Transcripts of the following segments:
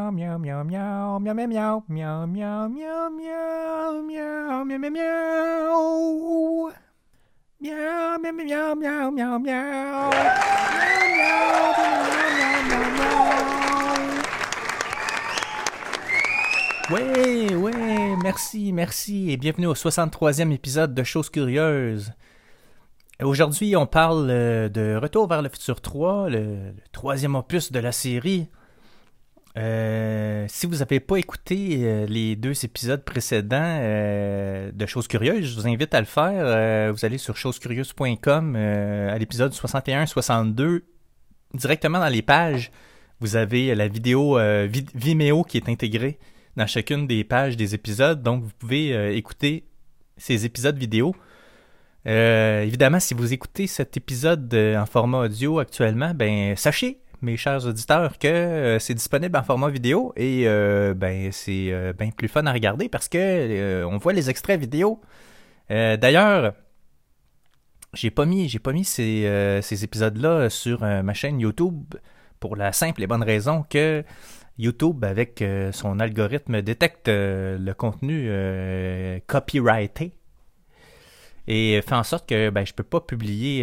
miaou, miaou, miaou, miaou, miaou, miaou, miaou, miaou, miaou, miaou, miaou, miaou, miaou, miaou. Miaou, miaou, miaou, miaou, miaou, miaou. Miaou, miaou, miaou, miaou, miaou. Ouais, ouais, merci et bienvenue au 63e épisode de Choses Curieuses. Aujourd'hui, on parle de Retour vers le futur 3, le troisième opus de la série. Si vous n'avez pas écouté les deux épisodes précédents de Choses Curieuses, je vous invite à le faire. Vous allez sur chosescurieuses.com à l'épisode 61-62. Directement dans les pages, vous avez la vidéo Vimeo qui est intégrée dans chacune des pages des épisodes. Donc, vous pouvez écouter ces épisodes vidéo. Évidemment, si vous écoutez cet épisode en format audio actuellement, ben sachez, mes chers auditeurs, que c'est disponible en format vidéo et c'est bien plus fun à regarder parce que on voit les extraits vidéo. D'ailleurs, j'ai pas mis ces épisodes-là sur ma chaîne YouTube pour la simple et bonne raison que YouTube, avec son algorithme, détecte le contenu copyrighté et fait en sorte que je peux pas publier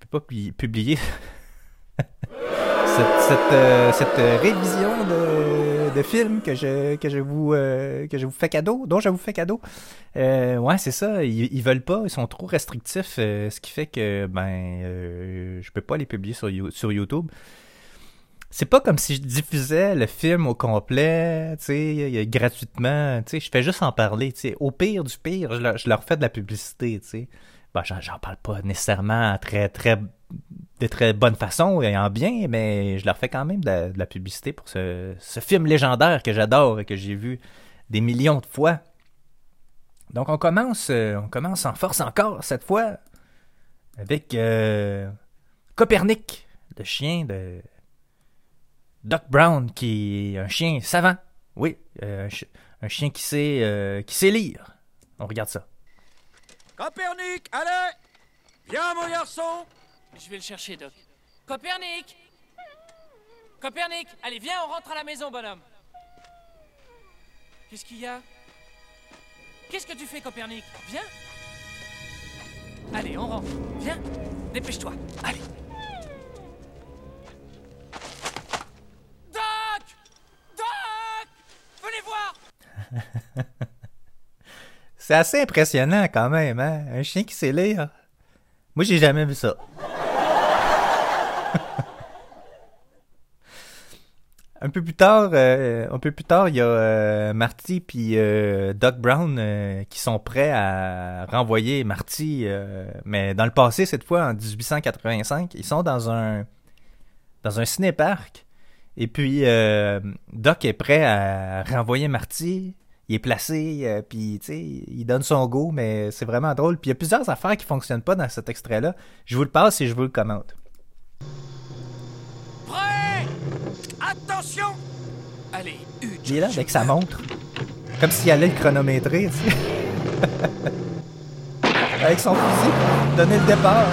cette révision de film que je vous fais cadeau, dont je vous fais cadeau. Ouais, c'est ça, ils veulent pas, ils sont trop restrictifs, ce qui fait que je peux pas les publier sur YouTube. C'est pas comme si je diffusais le film au complet, tu sais, gratuitement, tu sais, je fais juste en parler, tu sais. Au pire du pire, je leur fais de la publicité, tu sais. J'en parle pas nécessairement de très bonne façon et en bien, mais je leur fais quand même de la publicité pour ce film légendaire que j'adore et que j'ai vu des millions de fois. Donc on commence en force encore cette fois avec Copernic, le chien de Doc Brown, qui est un chien savant. Oui, un chien qui sait lire. On regarde ça. Copernic, allez! Viens, mon garçon! Je vais le chercher, Doc. Copernic! Copernic! Allez, viens, on rentre à la maison, bonhomme. Qu'est-ce qu'il y a? Qu'est-ce que tu fais, Copernic? Viens! Allez, on rentre. Viens! Dépêche-toi. Allez! Doc! Doc! Venez voir! C'est assez impressionnant quand même, hein? Un chien qui sait lire. Moi, j'ai jamais vu ça. Un peu plus tard, il y a Marty puis Doc Brown qui sont prêts à renvoyer Marty, mais dans le passé, cette fois, en 1885. Ils sont dans un ciné-parc. Et puis, Doc est prêt à renvoyer Marty. Il est placé, puis tu sais, il donne son go, mais c'est vraiment drôle. Puis il y a plusieurs affaires qui fonctionnent pas dans cet extrait-là. Je vous le passe et je vous le commente. Prêt! Attention! Allez, Il est là avec sa montre. Comme s'il allait le chronométrer, tu sais. Avec son fusil, donner le départ.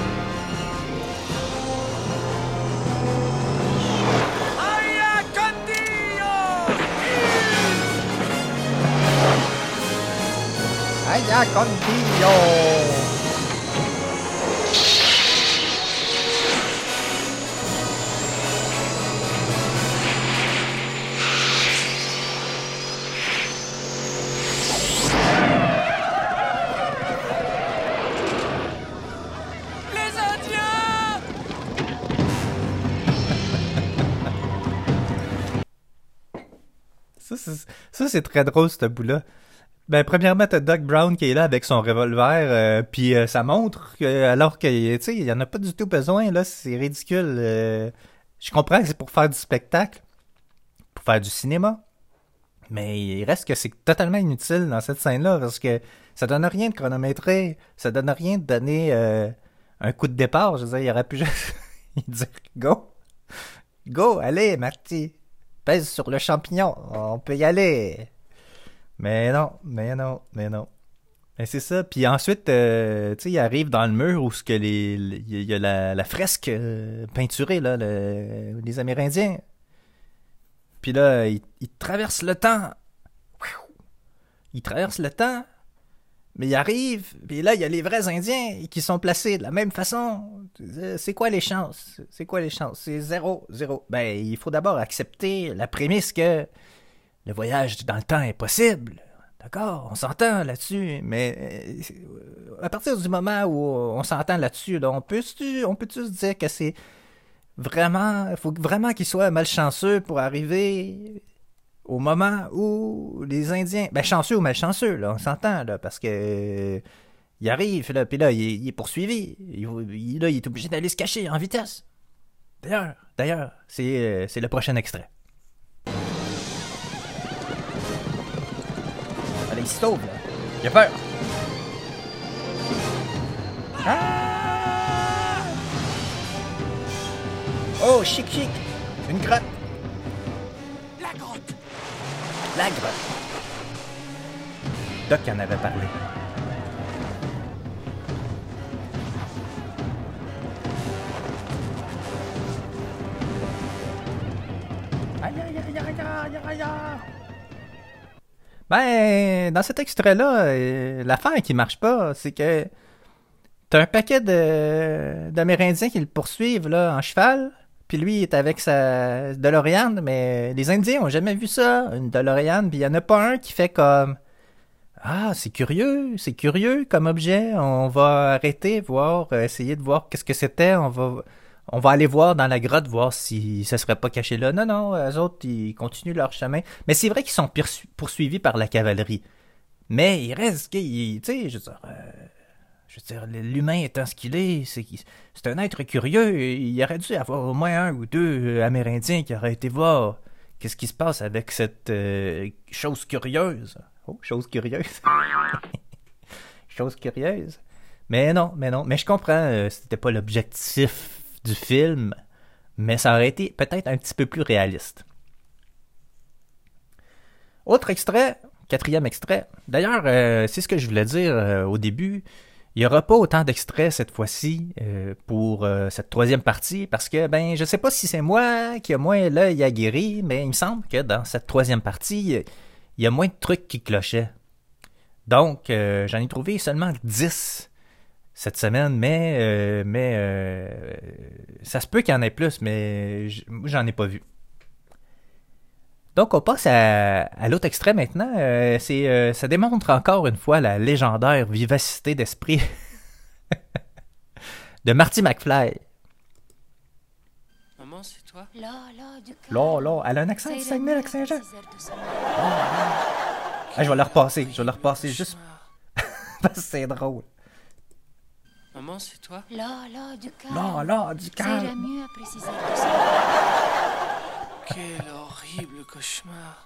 Aia Condio! Aïe, contigo! les Indiens! Ça, c'est très drôle, ce bout-là. Premièrement, t'as Doc Brown qui est là avec son revolver, puis ça montre que, alors que, tu sais, il y en a pas du tout besoin, là, c'est ridicule. Je comprends que c'est pour faire du spectacle, pour faire du cinéma, mais il reste que c'est totalement inutile dans cette scène-là, parce que ça donne rien de chronométrer, ça donne rien de donner un coup de départ. Je veux dire, il aurait pu juste dire « Go, allez, Marty, pèse sur le champignon, on peut y aller ». Mais non. Mais c'est ça. Puis ensuite, tu sais, il arrive dans le mur où il y a la fresque peinturée, là, les Amérindiens. Puis là, il traverse le temps. Il traverse le temps, mais il arrive, puis là, il y a les vrais Indiens qui sont placés de la même façon. C'est quoi les chances? C'est quoi les chances? C'est 0, 0. Ben, il faut d'abord accepter la prémisse que le voyage dans le temps est possible. D'accord, on s'entend là-dessus, mais à partir du moment où on s'entend là-dessus, là, on peut-tu se dire que c'est vraiment... Il faut vraiment qu'il soit malchanceux pour arriver au moment où les Indiens... Ben, chanceux ou malchanceux, là, on s'entend, là, parce que... il arrive, là, puis là, il est poursuivi. Là, il est obligé d'aller se cacher en vitesse. D'ailleurs, c'est le prochain extrait. Allez, il se sauve, là. Il a peur. Ah! Oh, chic. Une grotte. La grotte. La grotte. Doc en avait parlé. Aïe. Ben, dans cet extrait-là, l'affaire qui marche pas, c'est que t'as un paquet d'Amérindiens qui le poursuivent là, en cheval, puis lui il est avec sa DeLorean, mais les Indiens ont jamais vu ça, une DeLorean, puis il y en a pas un qui fait comme « Ah, c'est curieux comme objet, on va arrêter, essayer de voir qu'est-ce que c'était, on va aller voir dans la grotte, voir si ça serait pas caché là. » Non, eux autres, ils continuent leur chemin. Mais c'est vrai qu'ils sont poursuivis par la cavalerie. Mais il reste, tu sais, je veux dire, l'humain étant ce qu'il est, c'est un être curieux. Il aurait dû avoir au moins un ou deux Amérindiens qui auraient été voir qu'est-ce qui se passe avec cette chose curieuse. Oh, chose curieuse. Chose curieuse. Mais non. Mais je comprends, c'était pas l'objectif du film, mais ça aurait été peut-être un petit peu plus réaliste. Autre extrait, 4e extrait. D'ailleurs, c'est ce que je voulais dire au début. Il n'y aura pas autant d'extraits cette fois-ci pour cette 3e partie, parce que, ben, je sais pas si c'est moi qui a moins l'œil aguerri, mais il me semble que dans cette 3e partie, il y a moins de trucs qui clochaient. Donc, j'en ai trouvé seulement 10 cette semaine, mais ça se peut qu'il y en ait plus, mais moi, j'en ai pas vu. Donc, on passe à l'autre extrait maintenant. Ça démontre encore une fois la légendaire vivacité d'esprit de Marty McFly. Maman, c'est toi? Là, elle a un accent du Saguenay-Lac-Saint-Jean. Je vais le repasser juste parce que c'est drôle. Maman, c'est toi? Là, du calme. Là, du Ça ira calme. mieux après 6 heures de sommeil. Quel horrible cauchemar.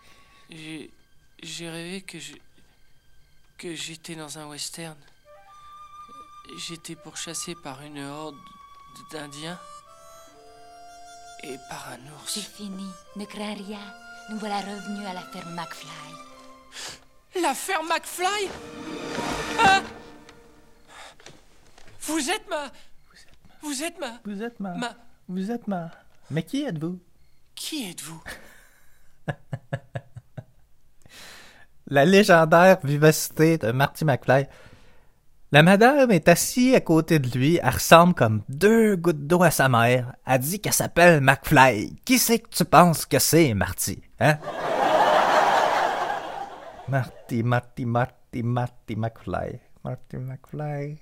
J'ai rêvé que j'étais dans un western. J'étais pourchassé par une horde d'Indiens et par un C'est ours. fini. Ne crains rien. Nous voilà revenus à la ferme McFly. La ferme McFly? Ah! Vous êtes ma... Mais qui êtes-vous? Qui êtes-vous? La légendaire vivacité de Marty McFly. La madame est assise à côté de lui, elle ressemble comme 2 gouttes d'eau à sa mère. Elle dit qu'elle s'appelle McFly. Qui c'est que tu penses que c'est, Marty? Hein? Marty McFly. Marty McFly.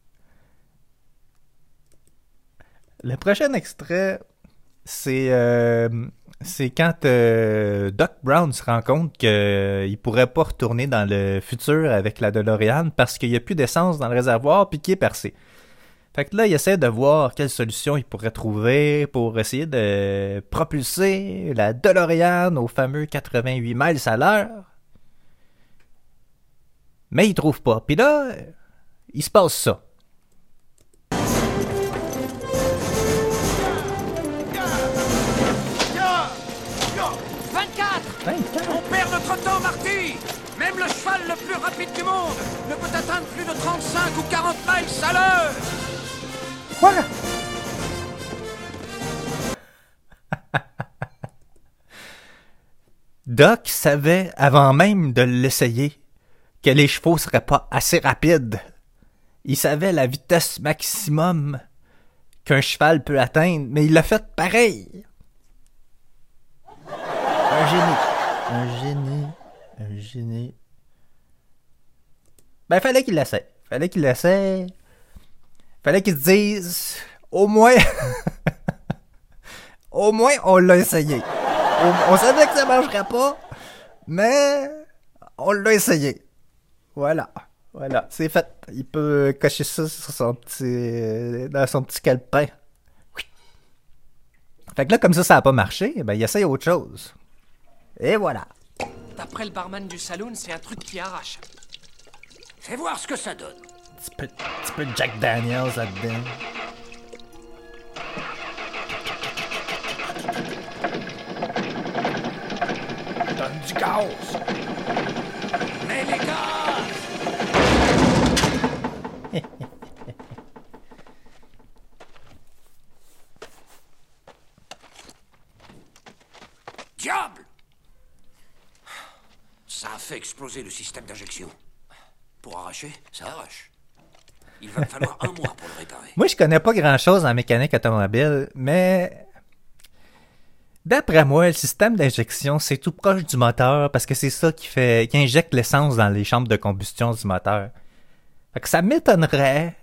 Le prochain extrait, c'est quand Doc Brown se rend compte qu'il pourrait pas retourner dans le futur avec la DeLorean parce qu'il n'y a plus d'essence dans le réservoir puis qu'il est percé. Fait que là, il essaie de voir quelle solution il pourrait trouver pour essayer de propulser la DeLorean au fameux 88 miles à l'heure. Mais il trouve pas. Puis là, il se passe ça. 24! On perd notre temps, Marty! Même le cheval le plus rapide du monde ne peut atteindre plus de 35 ou 40 miles à l'heure! Quoi? Doc savait, avant même de l'essayer, que les chevaux seraient pas assez rapides. Il savait la vitesse maximum qu'un cheval peut atteindre, mais il l'a fait pareil. Un génie. Ben, fallait qu'il l'essaie. Fallait qu'il se dise, au moins, au moins, on l'a essayé. On savait que ça marcherait pas, mais on l'a essayé. Voilà, c'est fait. Il peut cocher ça sur dans son petit calepin. Oui. Fait que là, comme ça a pas marché, ben il essaye autre chose. Et voilà. D'après le barman du saloon, c'est un truc qui arrache. Fais voir ce que ça donne. Petit peu de Jack Daniels là-dedans. Donne du gaz. Mais les gaz. Diable! Ça a fait exploser le système d'injection. Pour arracher, ça arrache. Il va me falloir 1 mois pour le réparer. Moi, je connais pas grand-chose en mécanique automobile, mais d'après moi, le système d'injection, c'est tout proche du moteur parce que c'est ça qui injecte l'essence dans les chambres de combustion du moteur. Fait que ça m'étonnerait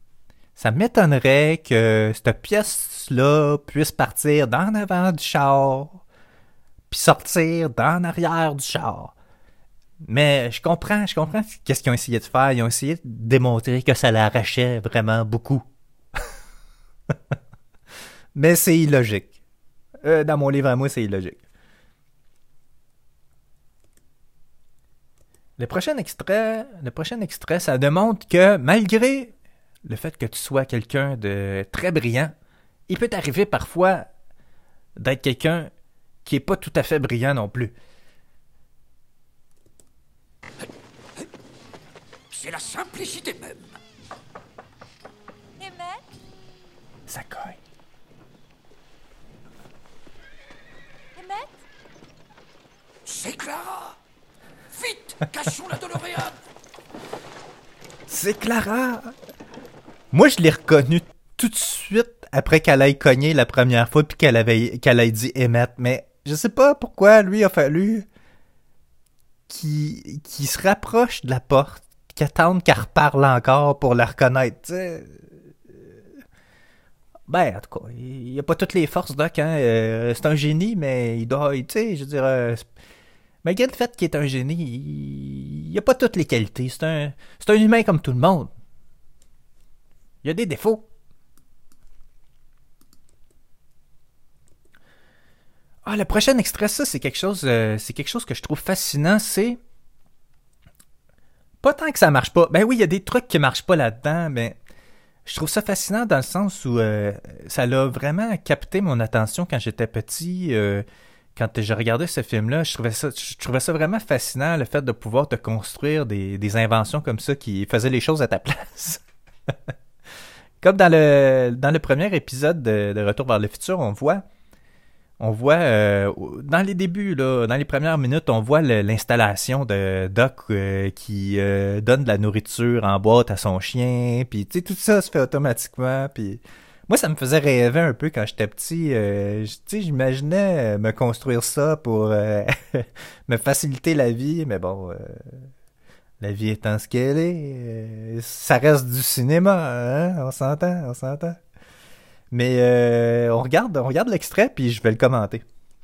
que cette pièce-là puisse partir d'en avant du char puis sortir d'en arrière du char. Mais je comprends qu'est-ce qu'ils ont essayé de faire. Ils ont essayé de démontrer que ça l'arrachait vraiment beaucoup. Mais c'est illogique. Dans mon livre à moi, c'est illogique. Le prochain extrait, ça démontre que malgré le fait que tu sois quelqu'un de très brillant, il peut t'arriver parfois d'être quelqu'un qui est pas tout à fait brillant non plus. C'est la simplicité même. Emmett? Ça cogne. Emmett? C'est Clara. Vite, cachons la DeLorean. C'est Clara! Moi, je l'ai reconnue tout de suite après qu'elle ait cogné la première fois puis qu'elle ait dit Emmett. Mais je sais pas pourquoi lui a fallu qu'il se rapproche de la porte, qu'il attende qu'elle reparle encore pour la reconnaître. T'sais. Ben, en tout cas, il a pas toutes les forces, Doc. Hein? C'est un génie, mais il doit... Tu sais, je veux dire... malgré le fait qu'il est un génie, il a pas toutes les qualités. C'est un humain comme tout le monde. Il y a des défauts. Ah, le prochain extrait, ça, c'est quelque chose que je trouve fascinant. C'est pas tant que ça marche pas. Ben oui, il y a des trucs qui marchent pas là-dedans, mais je trouve ça fascinant dans le sens où ça l'a vraiment capté mon attention quand j'étais petit. Quand je regardais ce film-là, je trouvais ça vraiment fascinant, le fait de pouvoir te construire des inventions comme ça qui faisaient les choses à ta place. Comme dans le premier épisode de Retour vers le futur, on voit dans les débuts, là, dans les premières minutes, on voit l'installation de Doc qui donne de la nourriture en boîte à son chien, puis tu sais, tout ça se fait automatiquement, puis moi, ça me faisait rêver un peu quand j'étais petit. Tu sais, j'imaginais me construire ça pour me faciliter la vie, mais bon, la vie étant ce qu'elle est, ça reste du cinéma, hein? On s'entend. Mais on regarde l'extrait, puis je vais le commenter.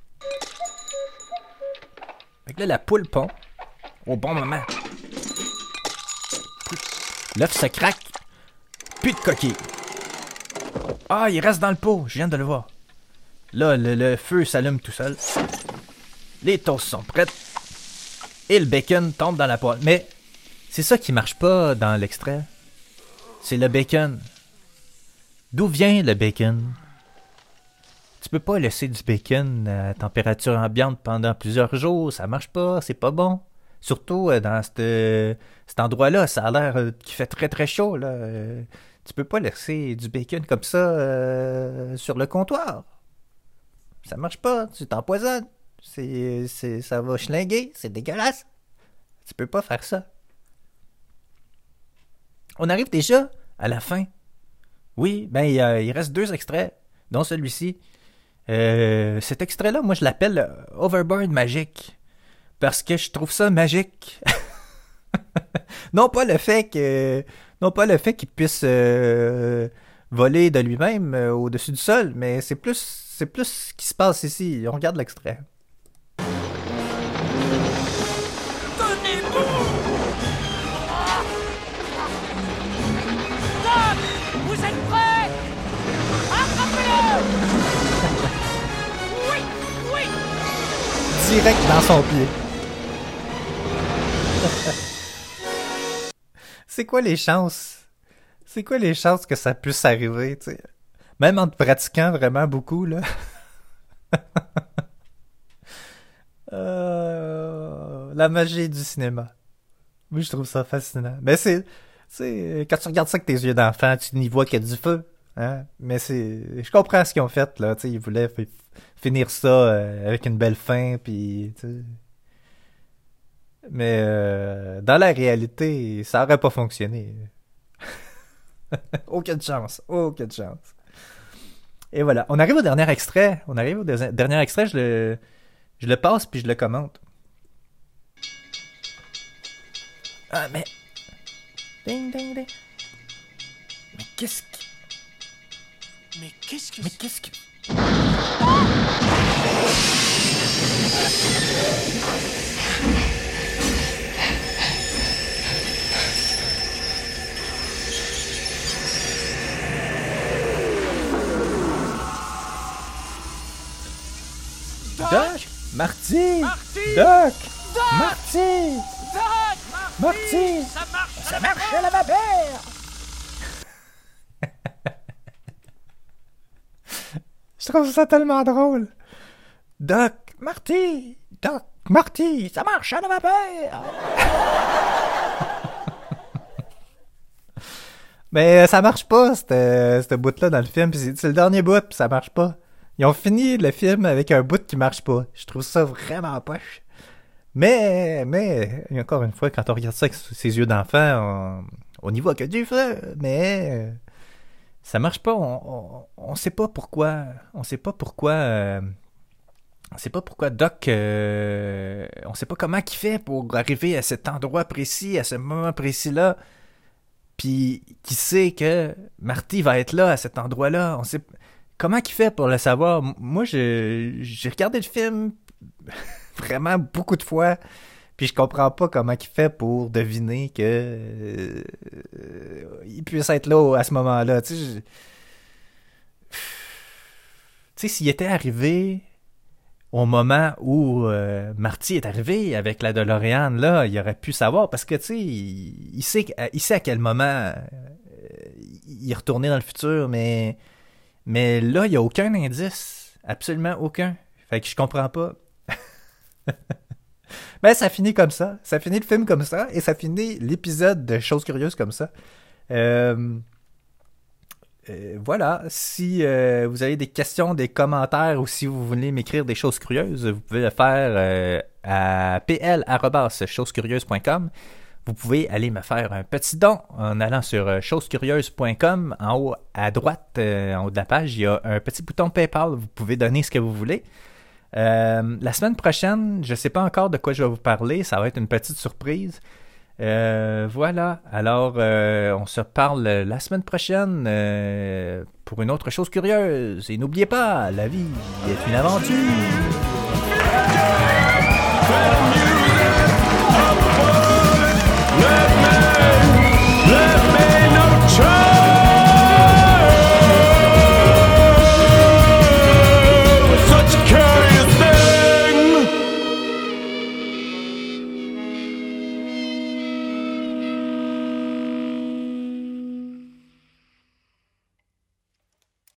Fait que là, la poule pond au bon moment. L'œuf se craque, plus de coquille. Ah, il reste dans le pot, je viens de le voir. Là, le feu s'allume tout seul. Les toasts sont prêtes. Et le bacon tombe dans la poêle. Mais c'est ça qui marche pas dans l'extrait. C'est le bacon. D'où vient le bacon? Tu peux pas laisser du bacon à température ambiante pendant plusieurs jours. Ça marche pas, c'est pas bon. Surtout dans cet endroit-là, ça a l'air qu'il fait très très chaud, là. Tu peux pas laisser du bacon comme ça sur le comptoir. Ça marche pas, tu t'empoisonnes. Ça va schlinguer, c'est dégueulasse. Tu peux pas faire ça. On arrive déjà à la fin. Oui, ben il reste 2 extraits, dont celui-ci. Cet extrait-là, moi je l'appelle Overboard Magique. Parce que je trouve ça magique. non pas le fait qu'il puisse voler de lui-même au-dessus du sol, mais c'est plus ce qui se passe ici. On regarde l'extrait. Tenez-vous! Doc, vous êtes prêts? Attrapez-le! Oui, oui! Direct dans son pied. C'est quoi les chances? C'est quoi les chances que ça puisse arriver, tu sais? Même en te pratiquant vraiment beaucoup, là. La magie du cinéma. Oui, je trouve ça fascinant. Mais c'est quand tu regardes ça avec tes yeux d'enfant, tu n'y vois qu'il y a du feu. Hein? Mais je comprends ce qu'ils ont fait, là. Tu sais, ils voulaient finir ça avec une belle fin, puis... tu sais. Mais dans la réalité, ça aurait pas fonctionné. Aucune chance. Et voilà. On arrive au dernier extrait. Je le passe puis je le commente. Ah, mais... Ding, ding, ding. Mais qu'est-ce que... Doc! Marty! Doc! Marty! Doc! Marty! Ça marche à la vapeur! Je trouve ça tellement drôle. Doc! Marty! Ça marche à la vapeur! Mais ça marche pas, cette bout-là dans le film. Puis c'est le dernier bout, puis ça marche pas. Ils ont fini le film avec un bout qui marche pas. Je trouve ça vraiment poche. Mais, encore une fois, quand on regarde ça avec ses yeux d'enfant, on y voit que du feu. Mais ça marche pas. On sait pas pourquoi. On sait pas pourquoi Doc. On sait pas comment il fait pour arriver à cet endroit précis, à ce moment précis-là. Puis qui sait que Marty va être là à cet endroit-là. On sait comment il fait pour le savoir. Moi, j'ai regardé le film vraiment beaucoup de fois, puis je comprends pas comment il fait pour deviner que il puisse être là à ce moment-là. Tu sais, s'il était arrivé au moment où Marty est arrivé avec la DeLorean, là, il aurait pu savoir, parce que, tu sais, il sait à quel moment il est retourné dans le futur, mais là, il n'y a aucun indice. Absolument aucun. Fait que je comprends pas. Ben, ça finit comme ça. Ça finit le film comme ça, et ça finit l'épisode de Choses Curieuses comme ça. Voilà. Si vous avez des questions, des commentaires, ou si vous voulez m'écrire des choses curieuses, vous pouvez le faire à pl@chosescurieuses.com. Vous pouvez aller me faire un petit don en allant sur chosescurieuses.com. En haut à droite, en haut de la page, il y a un petit bouton PayPal. Vous pouvez donner ce que vous voulez. La semaine prochaine, je ne sais pas encore de quoi je vais vous parler. Ça va être une petite surprise. Voilà. Alors, on se parle la semaine prochaine pour une autre chose curieuse. Et n'oubliez pas, la vie est une aventure.